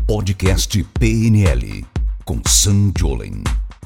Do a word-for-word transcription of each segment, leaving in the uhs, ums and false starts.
Podcast P N L com Sam Jolen.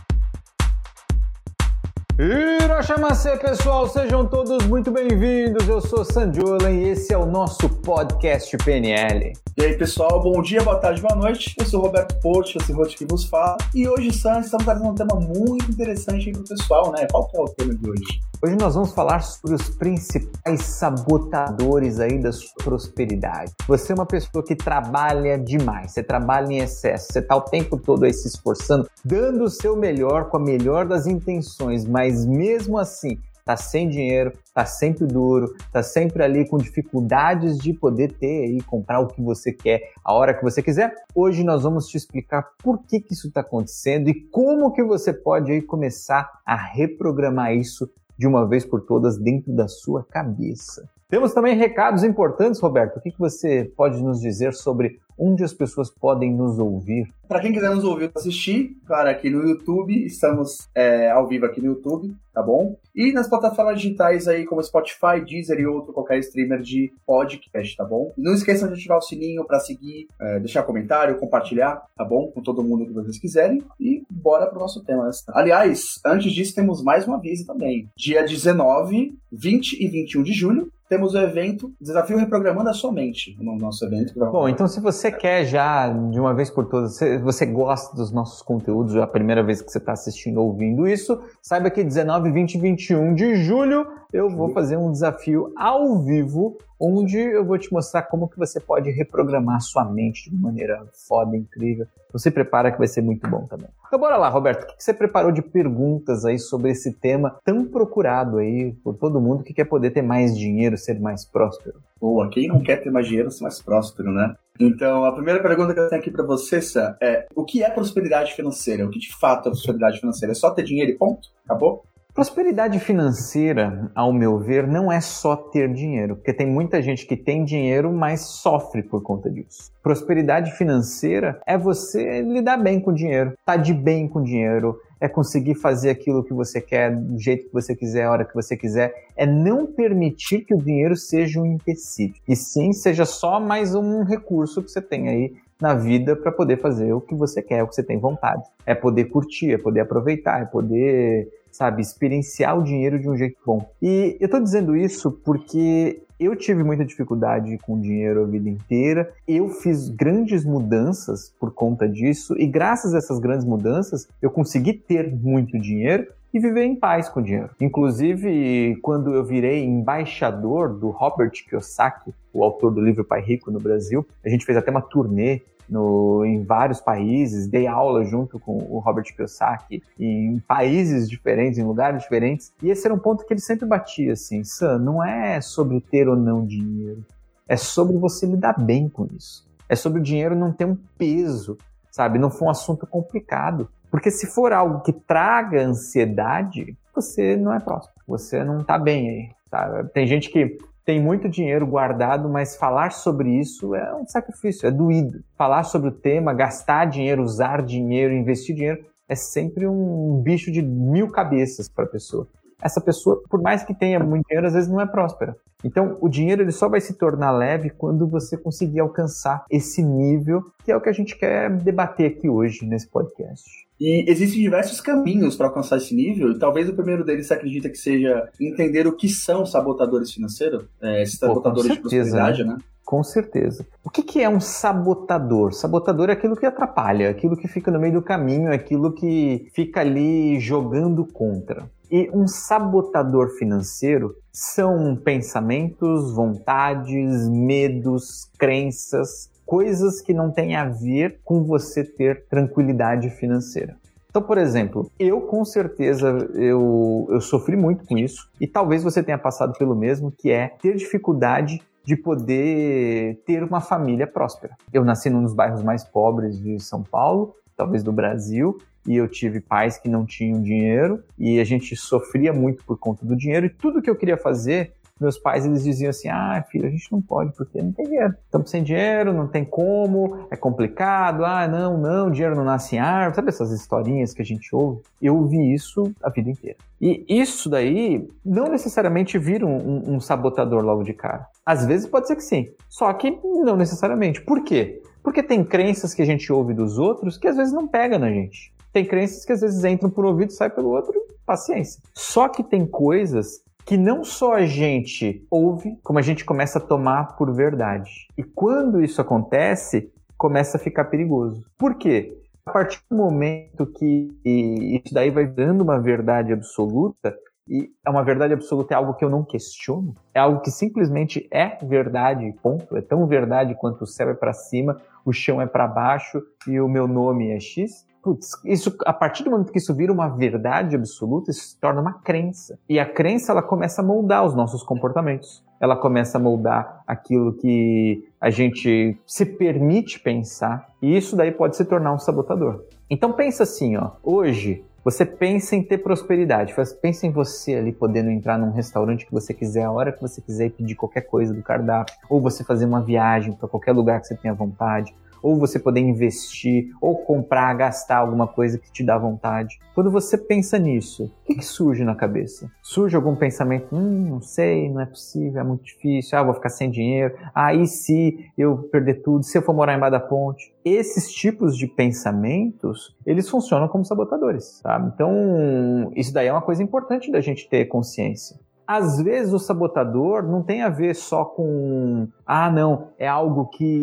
Irashamase, pessoal, sejam todos muito bem-vindos. Eu sou Sam Jolen e esse é o nosso podcast P N L. E aí, pessoal, bom dia, boa tarde, boa noite. Eu sou o Roberto Porto, esse host que vos fala. E hoje, Sam, estamos trazendo um tema muito interessante aí pro pessoal, né? Qual que é o tema de hoje? Hoje nós vamos falar sobre os principais sabotadores aí da sua prosperidade. Você é uma pessoa que trabalha demais, você trabalha em excesso, você está o tempo todo aí se esforçando, dando o seu melhor com a melhor das intenções, mas mesmo assim tá sem dinheiro, tá sempre duro, tá sempre ali com dificuldades de poder ter e comprar o que você quer, a hora que você quiser. Hoje nós vamos te explicar por que que isso está acontecendo e como que você pode aí começar a reprogramar isso de uma vez por todas dentro da sua cabeça. Temos também recados importantes, Roberto. O que que você pode nos dizer sobre onde as pessoas podem nos ouvir? Para quem quiser nos ouvir ou assistir, claro, aqui no YouTube, estamos é, ao vivo aqui no YouTube, tá bom? E nas plataformas digitais aí, como Spotify, Deezer e outro, qualquer streamer de podcast, tá bom? Não esqueçam de ativar o sininho para seguir, é, deixar comentário, compartilhar, tá bom? Com todo mundo que vocês quiserem. E bora pro nosso tema. Aliás, antes disso, temos mais um aviso também. Dia dezenove, vinte e vinte e um de julho, temos o evento Desafio Reprogramando a Sua Mente, o nome do nosso evento. Que vai... Bom, então se você quer já, de uma vez por todas, você, você gosta dos nossos conteúdos, já é a primeira vez que você está assistindo ou ouvindo isso, saiba que dezenove, vinte e vinte e um de julho eu vou fazer um desafio ao vivo, onde eu vou te mostrar como que você pode reprogramar a sua mente de uma maneira foda, incrível. Você prepara que vai ser muito bom também. Então bora lá, Roberto, o que você preparou de perguntas aí sobre esse tema tão procurado aí por todo mundo que quer poder ter mais dinheiro, ser mais próspero? Boa, quem não quer ter mais dinheiro, ser mais próspero, né? Então, a primeira pergunta que eu tenho aqui pra você, Sam, é o que é prosperidade financeira? O que de fato é prosperidade financeira? É só ter dinheiro e ponto? Acabou? Prosperidade financeira, ao meu ver, não é só ter dinheiro, porque tem muita gente que tem dinheiro, mas sofre por conta disso. Prosperidade financeira é você lidar bem com o dinheiro, tá de bem com o dinheiro, é conseguir fazer aquilo que você quer, do jeito que você quiser, a hora que você quiser, é não permitir que o dinheiro seja um empecilho, e sim seja só mais um recurso que você tem aí na vida para poder fazer o que você quer, o que você tem vontade. É poder curtir, é poder aproveitar, é poder, sabe, experienciar o dinheiro de um jeito bom. E eu tô dizendo isso porque eu tive muita dificuldade com dinheiro a vida inteira, eu fiz grandes mudanças por conta disso e graças a essas grandes mudanças eu consegui ter muito dinheiro e viver em paz com o dinheiro. Inclusive, quando eu virei embaixador do Robert Kiyosaki, o autor do livro Pai Rico no Brasil, a gente fez até uma turnê no, em vários países, dei aula junto com o Robert Kiyosaki em países diferentes, em lugares diferentes, e esse era um ponto que ele sempre batia, assim, Sam, não é sobre ter ou não dinheiro, é sobre você lidar bem com isso, é sobre o dinheiro não ter um peso, sabe, não for um assunto complicado, porque se for algo que traga ansiedade, você não é próspero, você não tá bem aí, sabe? Tem gente que tem muito dinheiro guardado, mas falar sobre isso é um sacrifício, é doído. Falar sobre o tema, gastar dinheiro, usar dinheiro, investir dinheiro, é sempre um bicho de mil cabeças para a pessoa. Essa pessoa, por mais que tenha muito dinheiro, às vezes não é próspera. Então, o dinheiro ele só vai se tornar leve quando você conseguir alcançar esse nível, que é o que a gente quer debater aqui hoje nesse podcast. E existem diversos caminhos para alcançar esse nível, e talvez o primeiro deles você acredita que seja entender o que são sabotadores financeiros, é, esses sabotadores de prosperidade, né? Com certeza. O que que é um sabotador? Sabotador é aquilo que atrapalha, aquilo que fica no meio do caminho, aquilo que fica ali jogando contra. E um sabotador financeiro são pensamentos, vontades, medos, crenças, coisas que não têm a ver com você ter tranquilidade financeira. Então, por exemplo, eu com certeza eu, eu sofri muito com isso e talvez você tenha passado pelo mesmo, que é ter dificuldade de poder ter uma família próspera. Eu nasci num dos bairros mais pobres de São Paulo, talvez do Brasil, e eu tive pais que não tinham dinheiro e a gente sofria muito por conta do dinheiro e tudo que eu queria fazer, meus pais eles diziam assim, ah, filho, a gente não pode porque não tem dinheiro. Estamos sem dinheiro, não tem como, é complicado, ah, não, não, dinheiro não nasce em árvore, sabe essas historinhas que a gente ouve? Eu ouvi isso a vida inteira. E isso daí não necessariamente vira um, um, um sabotador logo de cara. Às vezes pode ser que sim, só que não necessariamente. Por quê? Porque tem crenças que a gente ouve dos outros que às vezes não pega na gente. Tem crenças que às vezes entram por um ouvido e saem pelo outro, paciência. Só que tem coisas que não só a gente ouve, como a gente começa a tomar por verdade. E quando isso acontece, começa a ficar perigoso. Por quê? A partir do momento que isso daí vai dando uma verdade absoluta, e é uma verdade absoluta, é algo que eu não questiono, é algo que simplesmente é verdade, ponto. É tão verdade quanto o céu é para cima, o chão é para baixo e o meu nome é X. Putz, isso, a partir do momento que isso vira uma verdade absoluta, isso se torna uma crença. E a crença, ela começa a moldar os nossos comportamentos. Ela começa a moldar aquilo que a gente se permite pensar. E isso daí pode se tornar um sabotador. Então pensa assim, ó, hoje você pensa em ter prosperidade, pensa em você ali podendo entrar num restaurante que você quiser, a hora que você quiser e pedir qualquer coisa do cardápio, ou você fazer uma viagem para qualquer lugar que você tenha vontade, ou você poder investir, ou comprar, gastar alguma coisa que te dá vontade. Quando você pensa nisso, o que, que surge na cabeça? Surge algum pensamento, hum, não sei, não é possível, é muito difícil, ah, vou ficar sem dinheiro, ah, e se eu perder tudo, se eu for morar embaixo da ponte? Esses tipos de pensamentos, eles funcionam como sabotadores, tá? Então, isso daí é uma coisa importante da gente ter consciência. Às vezes o sabotador não tem a ver só com, ah, não, é algo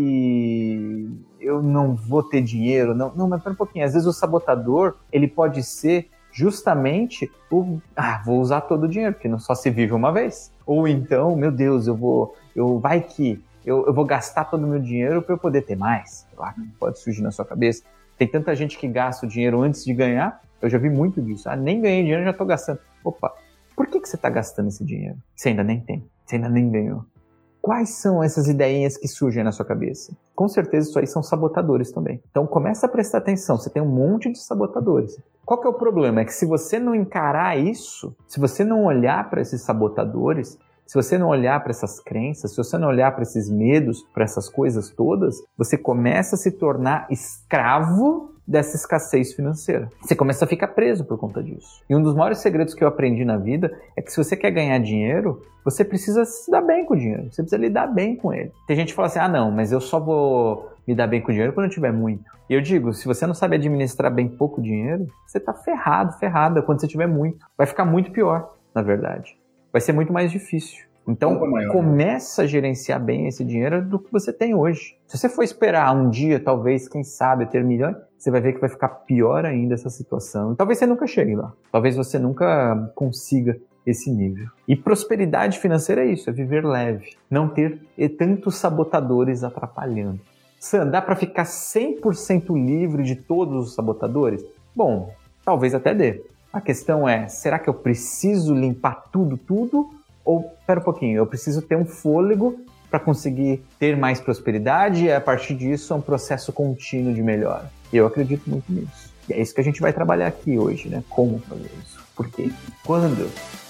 que eu não vou ter dinheiro. Não, não, mas pera um pouquinho. Às vezes o sabotador, ele pode ser justamente o, ah, vou usar todo o dinheiro, porque não só se vive uma vez. Ou então, meu Deus, eu vou, eu, vai que eu, eu vou gastar todo o meu dinheiro para eu poder ter mais. Claro, pode surgir na sua cabeça. Tem tanta gente que gasta o dinheiro antes de ganhar. Eu já vi muito disso. Ah, nem ganhei dinheiro, já estou gastando. Opa. Por que, que você está gastando esse dinheiro? Você ainda nem tem, você ainda nem ganhou. Quais são essas ideinhas que surgem na sua cabeça? Com certeza isso aí são sabotadores também. Então começa a prestar atenção, você tem um monte de sabotadores. Qual que é o problema? É que se você não encarar isso, se você não olhar para esses sabotadores, se você não olhar para essas crenças, se você não olhar para esses medos, para essas coisas todas, você começa a se tornar escravo dessa escassez financeira. Você começa a ficar preso por conta disso. E um dos maiores segredos que eu aprendi na vida é que se você quer ganhar dinheiro, você precisa se dar bem com o dinheiro. Você precisa lidar bem com ele. Tem gente que fala assim, ah não, mas eu só vou me dar bem com o dinheiro quando eu tiver muito. E eu digo, se você não sabe administrar bem pouco dinheiro, você tá ferrado, ferrada quando você tiver muito. Vai ficar muito pior, na verdade. Vai ser muito mais difícil. Então, começa a gerenciar bem esse dinheiro do que você tem hoje. Se você for esperar um dia, talvez, quem sabe, ter milhões, você vai ver que vai ficar pior ainda essa situação. E talvez você nunca chegue lá. Talvez você nunca consiga esse nível. E prosperidade financeira é isso, é viver leve. Não ter tantos sabotadores atrapalhando. Sam, dá para ficar cem por cento livre de todos os sabotadores? Bom, talvez até dê. A questão é, será que eu preciso limpar tudo, tudo? Ou, espera um pouquinho, eu preciso ter um fôlego para conseguir ter mais prosperidade e a partir disso é um processo contínuo de melhora. E eu acredito muito nisso. E é isso que a gente vai trabalhar aqui hoje, né? Como fazer isso? Por quê? Quando?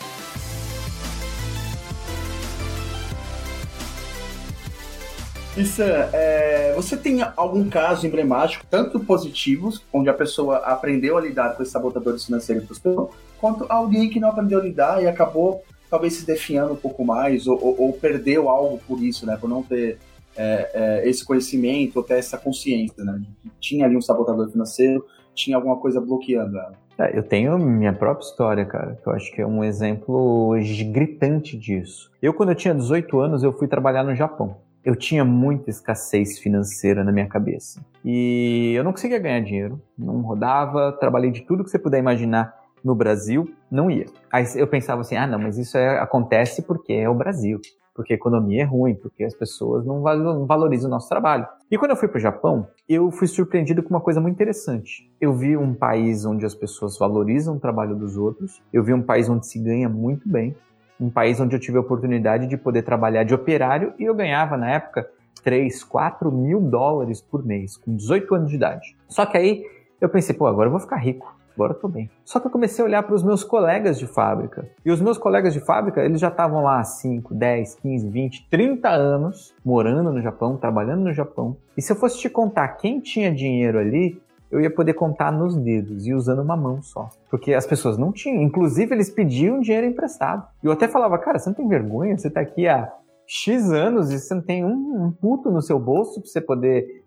Isso, é, você tem algum caso emblemático, tanto positivos, onde a pessoa aprendeu a lidar com esses sabotadores financeiros e prosperou, quanto alguém que não aprendeu a lidar e acabou talvez se definhando um pouco mais, ou, ou, ou perdeu algo por isso, né? Por não ter é, é, esse conhecimento, ou ter essa consciência, né? Tinha ali um sabotador financeiro, tinha alguma coisa bloqueando ela. É, eu tenho minha própria história, cara, que eu acho que é um exemplo gritante disso. Eu, quando eu tinha dezoito anos, eu fui trabalhar no Japão. Eu tinha muita escassez financeira na minha cabeça. E eu não conseguia ganhar dinheiro, não rodava, trabalhei de tudo que você puder imaginar no Brasil, não ia. Aí eu pensava assim, ah não, mas isso é, acontece porque é o Brasil, porque a economia é ruim, porque as pessoas não valorizam o nosso trabalho. E quando eu fui para o Japão, eu fui surpreendido com uma coisa muito interessante. Eu vi um país onde as pessoas valorizam o trabalho dos outros, eu vi um país onde se ganha muito bem, um país onde eu tive a oportunidade de poder trabalhar de operário e eu ganhava, na época, três, quatro mil dólares por mês, com dezoito anos de idade. Só que aí eu pensei, pô, agora eu vou ficar rico. Agora eu tô bem. Só que eu comecei a olhar para os meus colegas de fábrica. E os meus colegas de fábrica, eles já estavam lá há cinco, dez, quinze, vinte, trinta anos, morando no Japão, trabalhando no Japão. E se eu fosse te contar quem tinha dinheiro ali, eu ia poder contar nos dedos e usando uma mão só. Porque as pessoas não tinham. Inclusive, eles pediam dinheiro emprestado. E eu até falava, cara, você não tem vergonha? Você tá aqui há X anos e você não tem um, um puto no seu bolso para você poder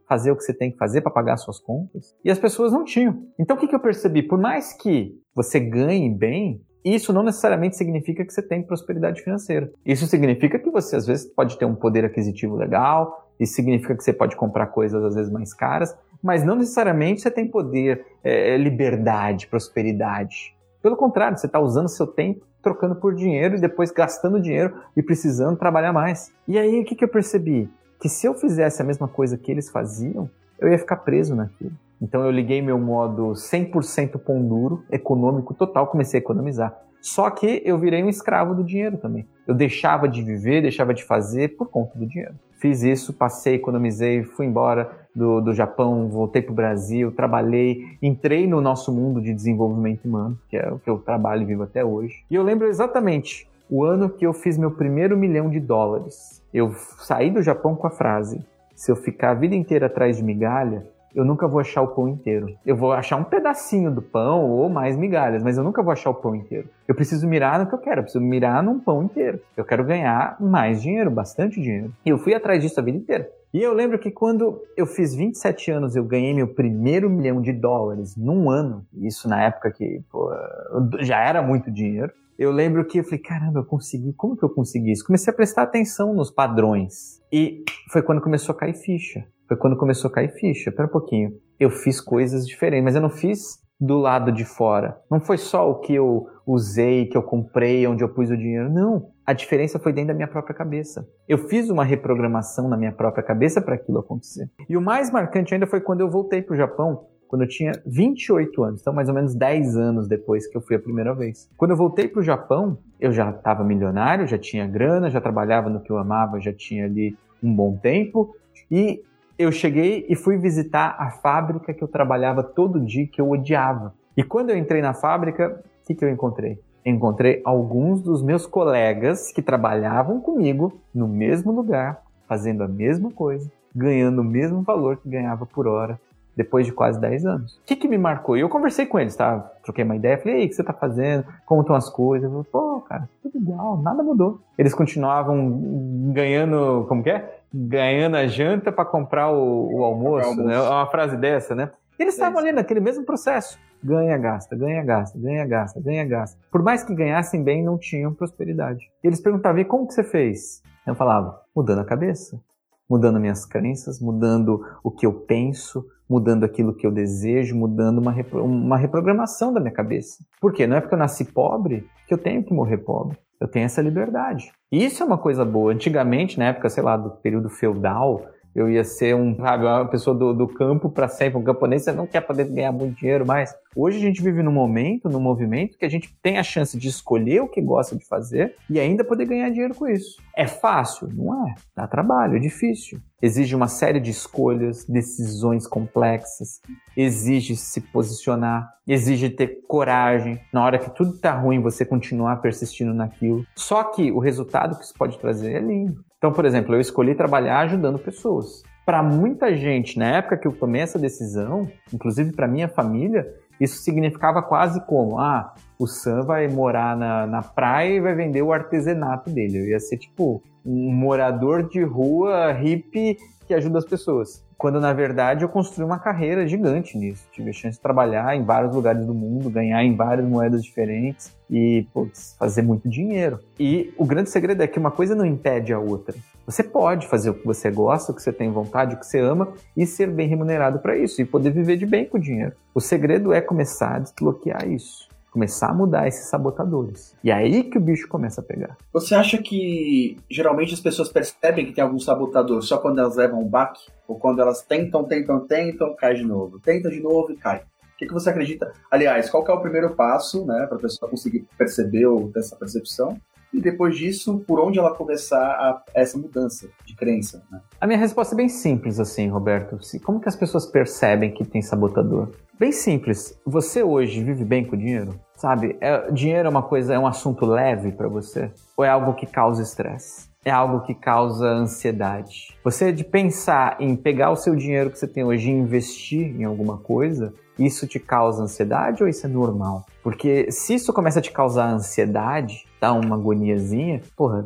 fazer o que você tem que fazer para pagar as suas contas. E as pessoas não tinham. Então o que, que eu percebi? Por mais que você ganhe bem, isso não necessariamente significa que você tem prosperidade financeira. Isso significa que você, às vezes, pode ter um poder aquisitivo legal, isso significa que você pode comprar coisas, às vezes, mais caras, mas não necessariamente você tem poder, é, liberdade, prosperidade. Pelo contrário, você está usando seu tempo trocando por dinheiro e depois gastando dinheiro e precisando trabalhar mais. E aí, o que, que eu percebi? Que se eu fizesse a mesma coisa que eles faziam, eu ia ficar preso naquilo. Então eu liguei meu modo cem por cento pão duro, econômico total, comecei a economizar. Só que eu virei um escravo do dinheiro também. Eu deixava de viver, deixava de fazer por conta do dinheiro. Fiz isso, passei, economizei, fui embora do, do Japão, voltei para o Brasil, trabalhei, entrei no nosso mundo de desenvolvimento humano, que é o que eu trabalho e vivo até hoje. E eu lembro exatamente o ano que eu fiz meu primeiro milhão de dólares. Eu saí do Japão com a frase: se eu ficar a vida inteira atrás de migalha, eu nunca vou achar o pão inteiro. Eu vou achar um pedacinho do pão ou mais migalhas, mas eu nunca vou achar o pão inteiro. Eu preciso mirar no que eu quero, eu preciso mirar num pão inteiro. Eu quero ganhar mais dinheiro, bastante dinheiro. E eu fui atrás disso a vida inteira. E eu lembro que quando eu fiz vinte e sete anos, eu ganhei meu primeiro milhão de dólares num ano. Isso na época que, pô, já era muito dinheiro. Eu lembro que eu falei, caramba, eu consegui, como que eu consegui isso? Comecei a prestar atenção nos padrões. E foi quando começou a cair ficha. Foi quando começou a cair ficha. Pera um pouquinho. Eu fiz coisas diferentes, mas eu não fiz do lado de fora. Não foi só o que eu usei, que eu comprei, onde eu pus o dinheiro. Não. A diferença foi dentro da minha própria cabeça. Eu fiz uma reprogramação na minha própria cabeça para aquilo acontecer. E o mais marcante ainda foi quando eu voltei para o Japão, quando eu tinha vinte e oito anos, então mais ou menos dez anos depois que eu fui a primeira vez. Quando eu voltei para o Japão, eu já estava milionário, já tinha grana, já trabalhava no que eu amava, já tinha ali um bom tempo, e eu cheguei e fui visitar a fábrica que eu trabalhava todo dia, que eu odiava. E quando eu entrei na fábrica, o que, que eu encontrei? Encontrei alguns dos meus colegas que trabalhavam comigo no mesmo lugar, fazendo a mesma coisa, ganhando o mesmo valor que ganhava por hora, depois de quase dez anos. O que que me marcou? E eu conversei com eles, tá? Troquei uma ideia, falei, ei, o que você tá fazendo? Como estão as coisas? Eu falei, pô, cara, tudo igual, nada mudou. Eles continuavam ganhando, como que é? Ganhando a janta para comprar o, o almoço, almoço, né? Uma frase dessa, né? E eles estavam ali naquele mesmo processo. Ganha, gasta, ganha, gasta, ganha, gasta, ganha, gasta. Por mais que ganhassem bem, não tinham prosperidade. E eles perguntavam, e como que você fez? Eu falava, mudando a cabeça. Mudando minhas crenças, mudando o que eu penso, mudando aquilo que eu desejo, mudando uma, repro- uma reprogramação da minha cabeça. Por quê? Não é porque eu nasci pobre que eu tenho que morrer pobre. Eu tenho essa liberdade. E isso é uma coisa boa. Antigamente, na época, sei lá, do período feudal, eu ia ser um, sabe, uma pessoa do, do campo para sempre, um camponês, você não quer poder ganhar muito dinheiro mais. Hoje a gente vive num momento, num movimento, que a gente tem a chance de escolher o que gosta de fazer e ainda poder ganhar dinheiro com isso. É fácil? Não é. Dá trabalho, é difícil. Exige uma série de escolhas, decisões complexas, exige se posicionar, exige ter coragem. Na hora que tudo tá ruim, você continuar persistindo naquilo. Só que o resultado que isso pode trazer é lindo. Então, por exemplo, eu escolhi trabalhar ajudando pessoas. Para muita gente, na época que eu tomei essa decisão, inclusive para minha família, isso significava quase como, ah, o Sam vai morar na, na praia e vai vender o artesanato dele. Eu ia ser tipo um morador de rua hippie que ajuda as pessoas. Quando, na verdade, eu construí uma carreira gigante nisso. Tive a chance de trabalhar em vários lugares do mundo, ganhar em várias moedas diferentes e, putz, fazer muito dinheiro. E o grande segredo é que uma coisa não impede a outra. Você pode fazer o que você gosta, o que você tem vontade, o que você ama e ser bem remunerado para isso e poder viver de bem com o dinheiro. O segredo é começar a desbloquear isso. Começar a mudar esses sabotadores. E é aí que o bicho começa a pegar. Você acha que geralmente as pessoas percebem que tem algum sabotador só quando elas levam um baque? Ou quando elas tentam, tentam, tentam, cai de novo? Tenta de novo e cai. O que, que você acredita? Aliás, qual que é o primeiro passo, né, para a pessoa conseguir perceber ou ter essa percepção? E depois disso, por onde ela começar a, essa mudança de crença, né? A minha resposta é bem simples assim, Roberto. Como que as pessoas percebem que tem sabotador? Bem simples. Você hoje vive bem com o dinheiro? Sabe? É, dinheiro é uma coisa, é um assunto leve para você? Ou é algo que causa estresse? É algo que causa ansiedade? Você de pensar em pegar o seu dinheiro que você tem hoje e investir em alguma coisa, isso te causa ansiedade ou isso é normal? Porque se isso começa a te causar ansiedade, dá uma agoniazinha, porra,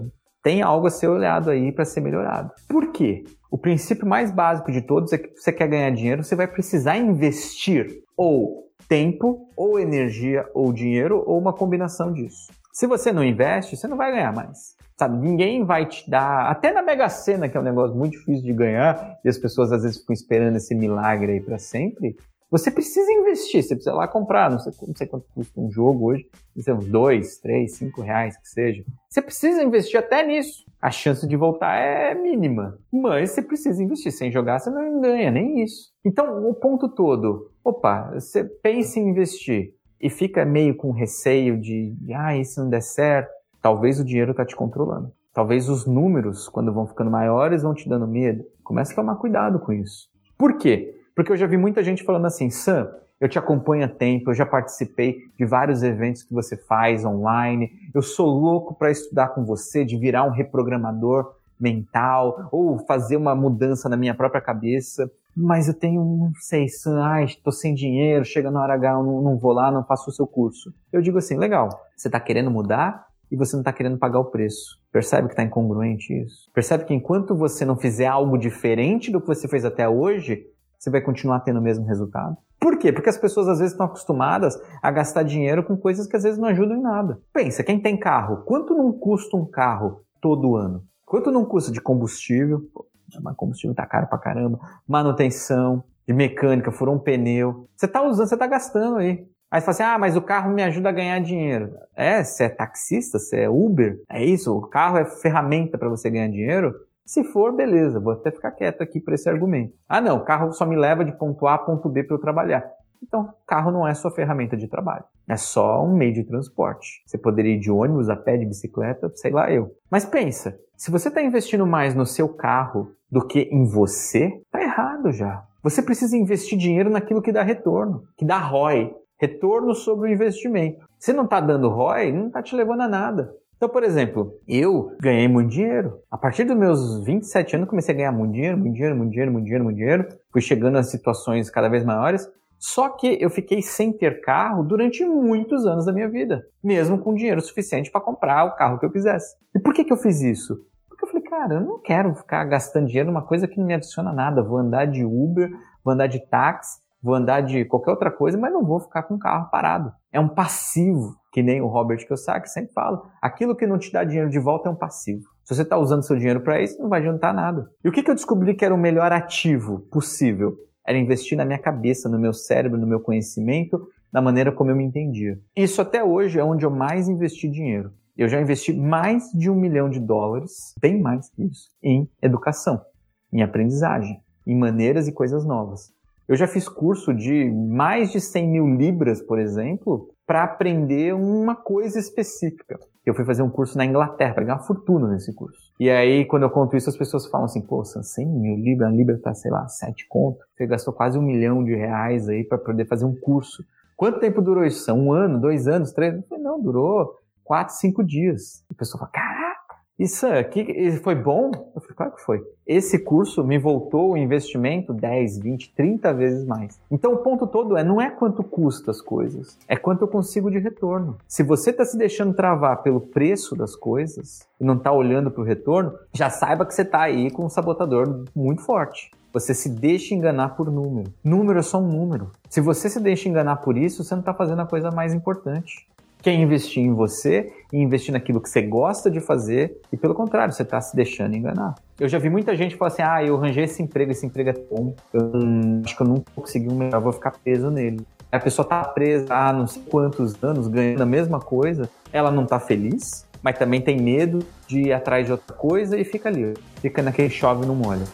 tem algo a ser olhado aí para ser melhorado. Por quê? O princípio mais básico de todos é que você quer ganhar dinheiro, você vai precisar investir ou tempo, ou energia, ou dinheiro, ou uma combinação disso. Se você não investe, você não vai ganhar mais. Sabe, ninguém vai te dar, até na Mega Sena, que é um negócio muito difícil de ganhar, e as pessoas às vezes ficam esperando esse milagre aí para sempre, você precisa investir, você precisa lá comprar, não sei, não sei quanto custa um jogo hoje, uns dois, três, cinco reais que seja. Você precisa investir até nisso. A chance de voltar é mínima, mas você precisa investir. Sem jogar, você não ganha nem isso. Então, o ponto todo, opa, você pensa em investir e fica meio com receio de, ah, isso não der certo, talvez o dinheiro está te controlando. Talvez os números, quando vão ficando maiores, vão te dando medo. Comece a tomar cuidado com isso. Por quê? Porque eu já vi muita gente falando assim, Sam, eu te acompanho há tempo, eu já participei de vários eventos que você faz online, eu sou louco para estudar com você, de virar um reprogramador mental, ou fazer uma mudança na minha própria cabeça, mas eu tenho, não sei, Sam, ai, estou sem dinheiro, chega na hora H, eu não, não vou lá, não faço o seu curso. Eu digo assim, legal, você está querendo mudar e você não está querendo pagar o preço. Percebe que está incongruente isso? Percebe que enquanto você não fizer algo diferente do que você fez até hoje, você vai continuar tendo o mesmo resultado. Por quê? Porque as pessoas às vezes estão acostumadas a gastar dinheiro com coisas que às vezes não ajudam em nada. Pensa, quem tem carro, quanto não custa um carro todo ano? Quanto não custa de combustível? Pô, mas combustível tá caro pra caramba. Manutenção, de mecânica, furou um pneu. Você tá usando, você tá gastando aí. Aí você fala assim, ah, mas o carro me ajuda a ganhar dinheiro. É, você é taxista, você é Uber, é isso? O carro é ferramenta para você ganhar dinheiro? Se for, beleza, vou até ficar quieto aqui para esse argumento. Ah, não, o carro só me leva de ponto A a ponto B para eu trabalhar. Então, o carro não é sua ferramenta de trabalho. É só um meio de transporte. Você poderia ir de ônibus, a pé, de bicicleta, sei lá eu. Mas pensa, se você está investindo mais no seu carro do que em você, tá errado já. Você precisa investir dinheiro naquilo que dá retorno, que dá R O I. Retorno sobre o investimento. Se não está dando R O I, não está te levando a nada. Então, por exemplo, eu ganhei muito dinheiro. A partir dos meus vinte e sete anos, comecei a ganhar muito dinheiro, muito dinheiro, muito dinheiro, muito dinheiro, muito dinheiro. Fui chegando a situações cada vez maiores. Só que eu fiquei sem ter carro durante muitos anos da minha vida. Mesmo com dinheiro suficiente para comprar o carro que eu quisesse. E por que que eu fiz isso? Porque eu falei, cara, eu não quero ficar gastando dinheiro numa coisa que não me adiciona nada. Vou andar de Uber, vou andar de táxi, vou andar de qualquer outra coisa, mas não vou ficar com o carro parado. É um passivo. Que nem o Robert Kiyosaki sempre fala, aquilo que não te dá dinheiro de volta é um passivo. Se você está usando seu dinheiro para isso, não vai adiantar nada. E o que, que eu descobri que era o melhor ativo possível? Era investir na minha cabeça, no meu cérebro, no meu conhecimento, na maneira como eu me entendia. Isso até hoje é onde eu mais investi dinheiro. Eu já investi mais de um milhão de dólares, bem mais que isso, em educação, em aprendizagem, em maneiras e coisas novas. Eu já fiz curso de mais de cem mil libras, por exemplo, para aprender uma coisa específica. Eu fui fazer um curso na Inglaterra, para ganhar uma fortuna nesse curso. E aí, quando eu conto isso, as pessoas falam assim, pô, cem mil libras, a libra tá, sei lá, sete conto. Você gastou quase um milhão de reais aí para poder fazer um curso. Quanto tempo durou isso? Um ano, dois anos, três? Eu falei, não, durou quatro, cinco dias. E a pessoa fala, caraca, isso aqui foi bom? Eu falei, claro que foi. Esse curso me voltou o investimento dez, vinte, trinta vezes mais. Então o ponto todo é, não é quanto custa as coisas, é quanto eu consigo de retorno. Se você está se deixando travar pelo preço das coisas e não está olhando para o retorno, já saiba que você está aí com um sabotador muito forte. Você se deixa enganar por número. Número é só um número. Se você se deixa enganar por isso, você não está fazendo a coisa mais importante. Que é investir em você e investir naquilo que você gosta de fazer e, pelo contrário, você está se deixando enganar. Eu já vi muita gente falar assim, ah, eu arranjei esse emprego, esse emprego é bom, eu não, acho que eu nunca vou conseguir um melhor, eu vou ficar preso nele. A pessoa está presa há não sei quantos anos, ganhando a mesma coisa, ela não está feliz, mas também tem medo de ir atrás de outra coisa e fica ali, fica naquele chove e não molha.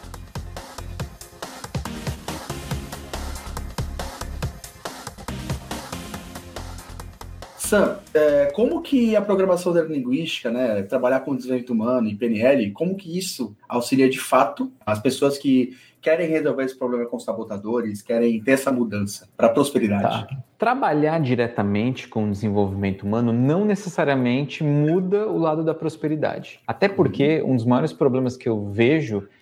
Sam, é, como que a programação neurolinguística, né, trabalhar com desenvolvimento humano e P N L, como que isso auxilia de fato as pessoas que querem resolver esse problema com sabotadores, querem ter essa mudança para a prosperidade? Tá. Trabalhar diretamente com o desenvolvimento humano não necessariamente muda o lado da prosperidade. Até porque um dos maiores problemas que eu vejo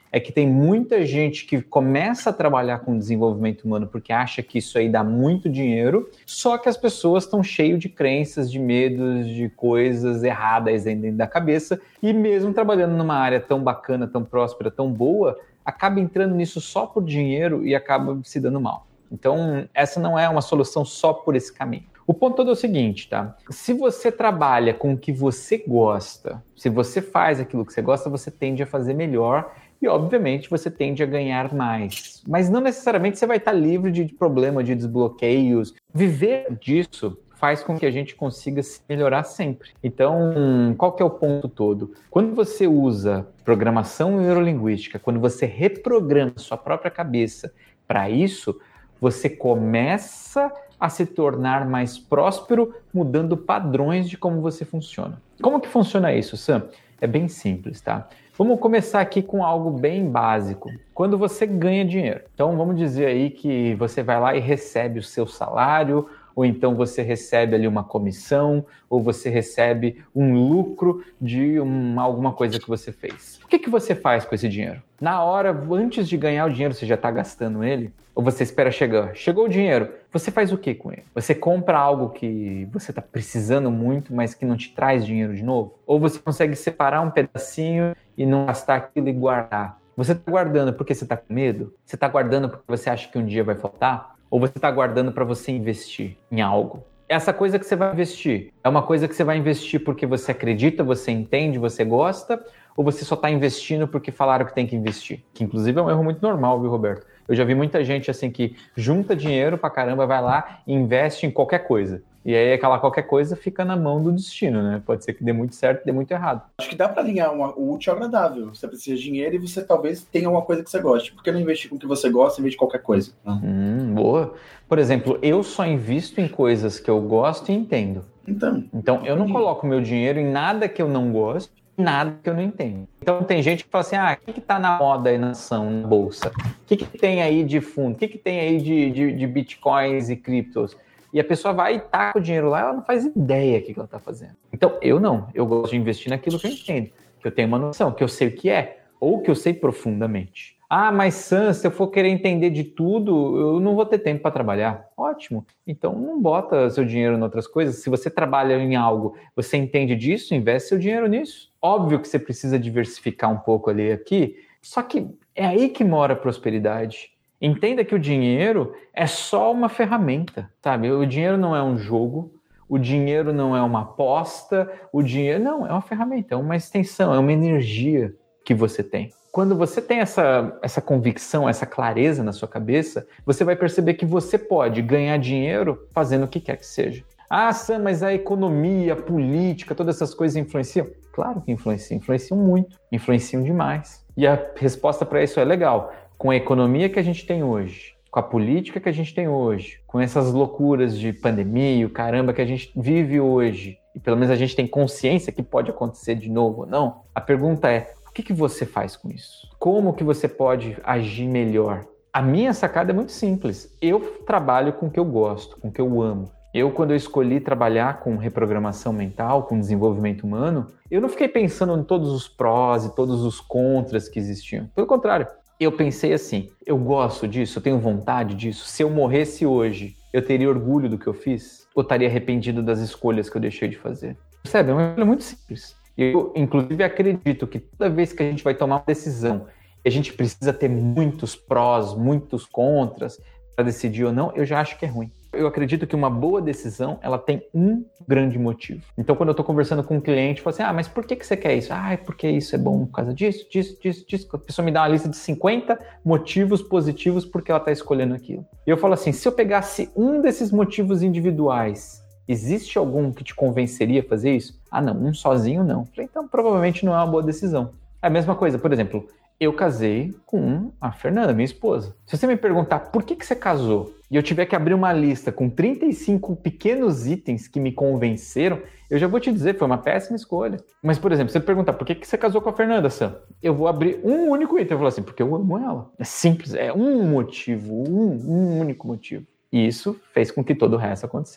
é que tem muita gente que começa a trabalhar com desenvolvimento humano porque acha que isso aí dá muito dinheiro, só que as pessoas estão cheias de crenças, de medos, de coisas erradas dentro da cabeça, e mesmo trabalhando numa área tão bacana, tão próspera, tão boa, acaba entrando nisso só por dinheiro e acaba se dando mal. Então, essa não é uma solução só por esse caminho. O ponto todo é o seguinte, tá? Se você trabalha com o que você gosta, se você faz aquilo que você gosta, você tende a fazer melhor e, obviamente, você tende a ganhar mais. Mas não necessariamente você vai estar livre de problema, de desbloqueios. Viver disso faz com que a gente consiga se melhorar sempre. Então, qual que é o ponto todo? Quando você usa programação neurolinguística, quando você reprograma sua própria cabeça para isso, você começa a se tornar mais próspero, mudando padrões de como você funciona. Como que funciona isso, Sam? É bem simples, tá? Vamos começar aqui com algo bem básico. Quando você ganha dinheiro. Então, vamos dizer aí que você vai lá e recebe o seu salário, ou então você recebe ali uma comissão, ou você recebe um lucro de uma, alguma coisa que você fez. O que, que você faz com esse dinheiro? Na hora, antes de ganhar o dinheiro, você já está gastando ele? Ou você espera chegar? Chegou o dinheiro, você faz o que com ele? Você compra algo que você está precisando muito, mas que não te traz dinheiro de novo? Ou você consegue separar um pedacinho e não gastar aquilo e guardar? Você está guardando porque você está com medo? Você está guardando porque você acha que um dia vai faltar? Ou você está guardando para você investir em algo? Essa coisa que você vai investir, é uma coisa que você vai investir porque você acredita, você entende, você gosta? Ou você só está investindo porque falaram que tem que investir? Que inclusive é um erro muito normal, viu, Roberto? Eu já vi muita gente assim que junta dinheiro pra caramba, vai lá e investe em qualquer coisa. E aí aquela qualquer coisa fica na mão do destino, né? Pode ser que dê muito certo, dê muito errado. Acho que dá pra alinhar uma, o útil ao agradável. Você precisa de dinheiro e você talvez tenha uma coisa que você goste. Por que não investir com o que você gosta em vez de qualquer coisa? Hum, boa. Por exemplo, eu só invisto em coisas que eu gosto e entendo. Então, então eu não coloco meu dinheiro em nada que eu não gosto, nada que eu não entendo. Então tem gente que fala assim, ah, o que que tá na moda aí na ação, na bolsa? O que que tem aí de fundo? O que que tem aí de, de, de bitcoins e criptos? E a pessoa vai e taca o dinheiro lá, ela não faz ideia do que ela tá fazendo. Então eu não, eu gosto de investir naquilo que eu entendo, que eu tenho uma noção, que eu sei o que é, ou que eu sei profundamente. Ah, mas Sam, se eu for querer entender de tudo, eu não vou ter tempo para trabalhar. Ótimo. Então não bota seu dinheiro em outras coisas. Se você trabalha em algo, você entende disso, investe seu dinheiro nisso. Óbvio que você precisa diversificar um pouco ali aqui, só que é aí que mora a prosperidade. Entenda que o dinheiro é só uma ferramenta, sabe? O dinheiro não é um jogo, o dinheiro não é uma aposta, o dinheiro não, é uma ferramenta, é uma extensão, é uma energia que você tem. Quando você tem essa, essa convicção, essa clareza na sua cabeça, você vai perceber que você pode ganhar dinheiro fazendo o que quer que seja. Ah, Sam, mas a economia, a política, todas essas coisas influenciam? Claro que influenciam, influenciam muito, influenciam demais. E a resposta para isso é legal. Com a economia que a gente tem hoje, com a política que a gente tem hoje, com essas loucuras de pandemia, o caramba que a gente vive hoje, e pelo menos a gente tem consciência que pode acontecer de novo ou não, a pergunta é, o que que você faz com isso? Como que você pode agir melhor? A minha sacada é muito simples. Eu trabalho com o que eu gosto, com o que eu amo. Eu, quando eu escolhi trabalhar com reprogramação mental, com desenvolvimento humano, eu não fiquei pensando em todos os prós e todos os contras que existiam. Pelo contrário, eu pensei assim, eu gosto disso, eu tenho vontade disso. Se eu morresse hoje, eu teria orgulho do que eu fiz? Ou estaria arrependido das escolhas que eu deixei de fazer? Percebe? É uma coisa muito simples. Eu, inclusive, acredito que toda vez que a gente vai tomar uma decisão e a gente precisa ter muitos prós, muitos contras para decidir ou não, eu já acho que é ruim. Eu acredito que uma boa decisão, ela tem um grande motivo. Então, quando eu estou conversando com um cliente, eu falo assim, ah, mas por que que você quer isso? Ah, é porque isso é bom por causa disso, disso, disso, disso. A pessoa me dá uma lista de cinquenta motivos positivos porque ela está escolhendo aquilo. E eu falo assim, se eu pegasse um desses motivos individuais, existe algum que te convenceria a fazer isso? Ah, não, um sozinho não. Eu falei, então, provavelmente não é uma boa decisão. É a mesma coisa, por exemplo, eu casei com a Fernanda, minha esposa. Se você me perguntar por que que você casou e eu tiver que abrir uma lista com trinta e cinco pequenos itens que me convenceram, eu já vou te dizer, foi uma péssima escolha. Mas, por exemplo, se você perguntar por que que você casou com a Fernanda, Sam, eu vou abrir um único item. Eu vou falar assim, porque eu amo ela. É simples, é um motivo, um, um único motivo. E isso fez com que todo o resto acontecesse.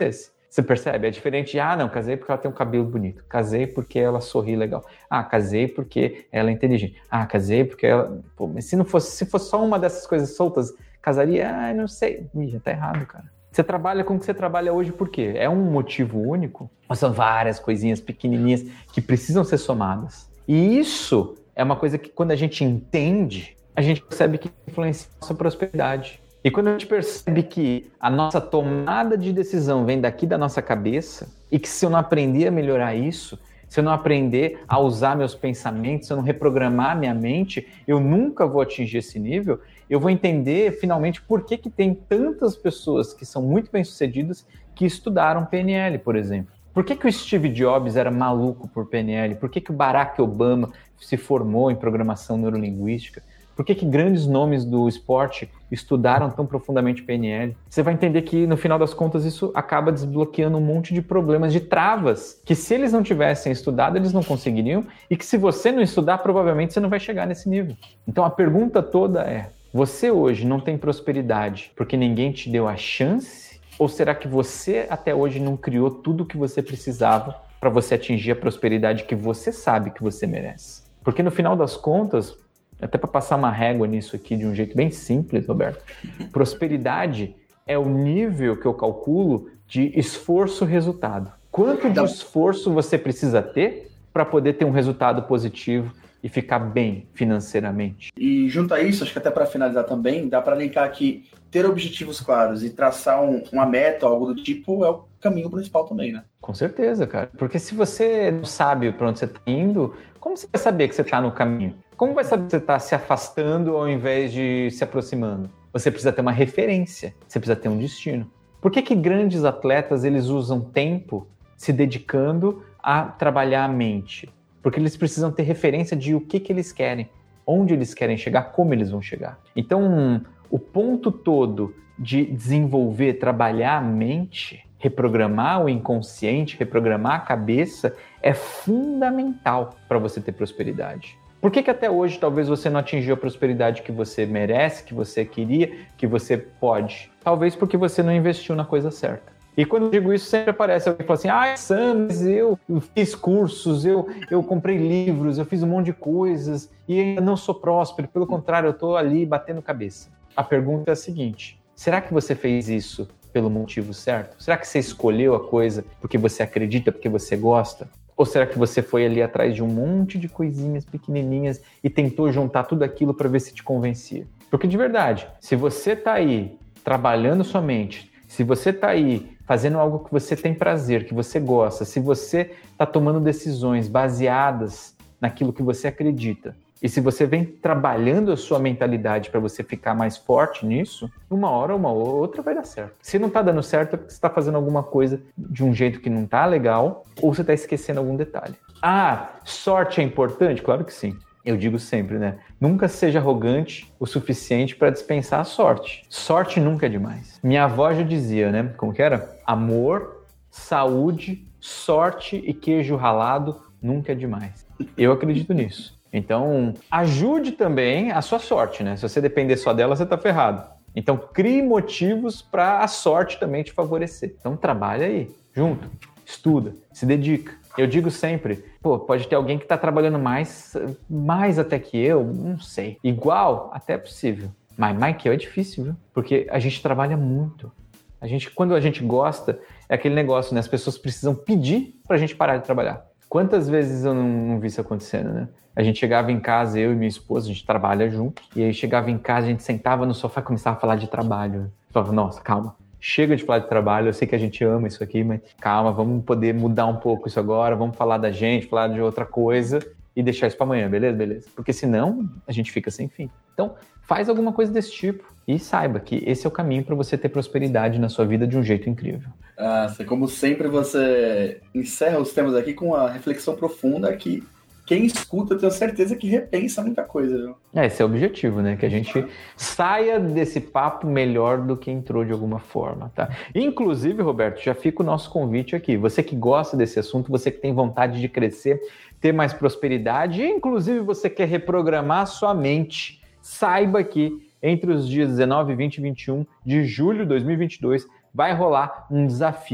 Você percebe? É diferente de, ah, não, casei porque ela tem um cabelo bonito. Casei porque ela sorri legal. Ah, casei porque ela é inteligente. Ah, casei porque ela... Pô, mas se não fosse, se fosse só uma dessas coisas soltas, casaria? Ah, não sei. Ih, já tá errado, cara. Você trabalha com o que você trabalha hoje por quê? É um motivo único? Ou são várias coisinhas pequenininhas que precisam ser somadas? E isso é uma coisa que quando a gente entende, a gente percebe que influencia a nossa prosperidade. E quando a gente percebe que a nossa tomada de decisão vem daqui da nossa cabeça e que se eu não aprender a melhorar isso, se eu não aprender a usar meus pensamentos, se eu não reprogramar minha mente, eu nunca vou atingir esse nível, eu vou entender finalmente por que que tem tantas pessoas que são muito bem-sucedidas que estudaram P N L, por exemplo. Por que que o Steve Jobs era maluco por P N L? Por que que o Barack Obama se formou em programação neurolinguística? Por que que grandes nomes do esporte estudaram tão profundamente P N L? Você vai entender que, no final das contas, isso acaba desbloqueando um monte de problemas, de travas, que se eles não tivessem estudado, eles não conseguiriam, e que se você não estudar, provavelmente você não vai chegar nesse nível. Então a pergunta toda é, você hoje não tem prosperidade porque ninguém te deu a chance? Ou será que você até hoje não criou tudo o que você precisava para você atingir a prosperidade que você sabe que você merece? Porque no final das contas, até para passar uma régua nisso aqui de um jeito bem simples, Roberto, prosperidade é o nível que eu calculo de esforço-resultado. Quanto de esforço você precisa ter para poder ter um resultado positivo e ficar bem financeiramente? E junto a isso, acho que até para finalizar também, dá para linkar que ter objetivos claros e traçar um, uma meta, algo do tipo, é o caminho principal também, né? Com certeza, cara. Porque se você não sabe para onde você está indo, como você vai saber que você está no caminho? Como vai saber que você está se afastando ao invés de se aproximando? Você precisa ter uma referência, você precisa ter um destino. Por que que grandes atletas eles usam tempo se dedicando a trabalhar a mente? Porque eles precisam ter referência de o que que eles querem, onde eles querem chegar, como eles vão chegar. Então, o ponto todo de desenvolver, trabalhar a mente, reprogramar o inconsciente, reprogramar a cabeça, é fundamental para você ter prosperidade. Por que que até hoje talvez você não atingiu a prosperidade que você merece, que você queria, que você pode? Talvez porque você não investiu na coisa certa. E quando eu digo isso, sempre aparece alguém que fala assim, ah, Sam, mas eu fiz cursos, eu, eu comprei livros, eu fiz um monte de coisas e ainda não sou próspero, pelo contrário, eu estou ali batendo cabeça. A pergunta é a seguinte, será que você fez isso pelo motivo certo? Será que você escolheu a coisa porque você acredita, porque você gosta? Ou será que você foi ali atrás de um monte de coisinhas pequenininhas e tentou juntar tudo aquilo para ver se te convencia? Porque de verdade, se você está aí trabalhando sua mente, se você está aí fazendo algo que você tem prazer, que você gosta, se você está tomando decisões baseadas naquilo que você acredita, e se você vem trabalhando a sua mentalidade para você ficar mais forte nisso, uma hora ou uma outra vai dar certo. Se não está dando certo é porque você está fazendo alguma coisa de um jeito que não está legal ou você está esquecendo algum detalhe. Ah, sorte é importante? Claro que sim. Eu digo sempre, né? Nunca seja arrogante o suficiente para dispensar a sorte. Sorte nunca é demais. Minha avó já dizia, né? Como que era? Amor, saúde, sorte e queijo ralado nunca é demais. Eu acredito nisso. Então, ajude também a sua sorte, né? Se você depender só dela, você tá ferrado. Então, crie motivos para a sorte também te favorecer. Então, trabalha aí, junto, estuda, se dedica. Eu digo sempre, pô, pode ter alguém que tá trabalhando mais, mais até que eu, não sei. Igual, até é possível. Mas mais que eu é difícil, viu? Porque a gente trabalha muito. A gente, quando a gente gosta, é aquele negócio, né? As pessoas precisam pedir pra gente parar de trabalhar. Quantas vezes eu não, não vi isso acontecendo, né? A gente chegava em casa, eu e minha esposa, a gente trabalha junto, e aí chegava em casa, a gente sentava no sofá e começava a falar de trabalho. Eu falava, nossa, calma, chega de falar de trabalho, eu sei que a gente ama isso aqui, mas calma, vamos poder mudar um pouco isso agora, vamos falar da gente, falar de outra coisa e deixar isso para amanhã, beleza? Beleza. Porque senão a gente fica sem fim. Então, faz alguma coisa desse tipo e saiba que esse é o caminho para você ter prosperidade na sua vida de um jeito incrível. Ah, como sempre, você encerra os temas aqui com uma reflexão profunda que quem escuta, eu tenho certeza que repensa muita coisa, viu? É, esse é o objetivo, né? Que a gente saia desse papo melhor do que entrou de alguma forma, tá? Inclusive, Roberto, já fica o nosso convite aqui. Você que gosta desse assunto, você que tem vontade de crescer, ter mais prosperidade, e inclusive você quer reprogramar sua mente, saiba que entre os dias dezenove, vinte e vinte e um de julho de dois mil e vinte e dois vai rolar um desafio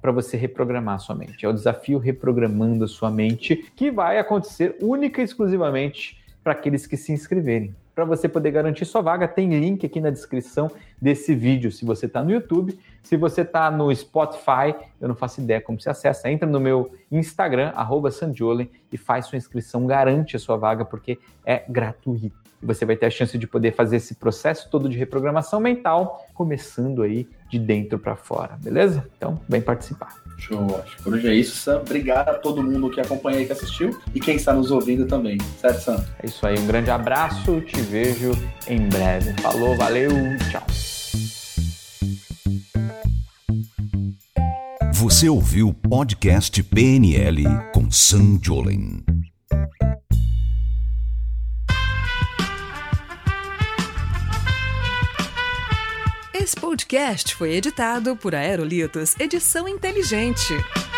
para você reprogramar a sua mente. É o desafio Reprogramando a Sua Mente, que vai acontecer única e exclusivamente para aqueles que se inscreverem. Para você poder garantir sua vaga, tem link aqui na descrição desse vídeo, se você está no YouTube. Se você está no Spotify, eu não faço ideia como você acessa. Entra no meu Instagram, arroba Sandiolen, e faz sua inscrição, garante a sua vaga, porque é gratuito. E você vai ter a chance de poder fazer esse processo todo de reprogramação mental, começando aí de dentro para fora, beleza? Então, vem participar. Show, acho que por hoje é isso, Sam. Obrigado a todo mundo que acompanha aí, que assistiu, e quem está nos ouvindo também, certo, Sam? É isso aí, um grande abraço, te vejo em breve. Falou, valeu, tchau. Você ouviu o podcast P N L com Sandiolen. Esse podcast foi editado por Aerolitos Edição Inteligente.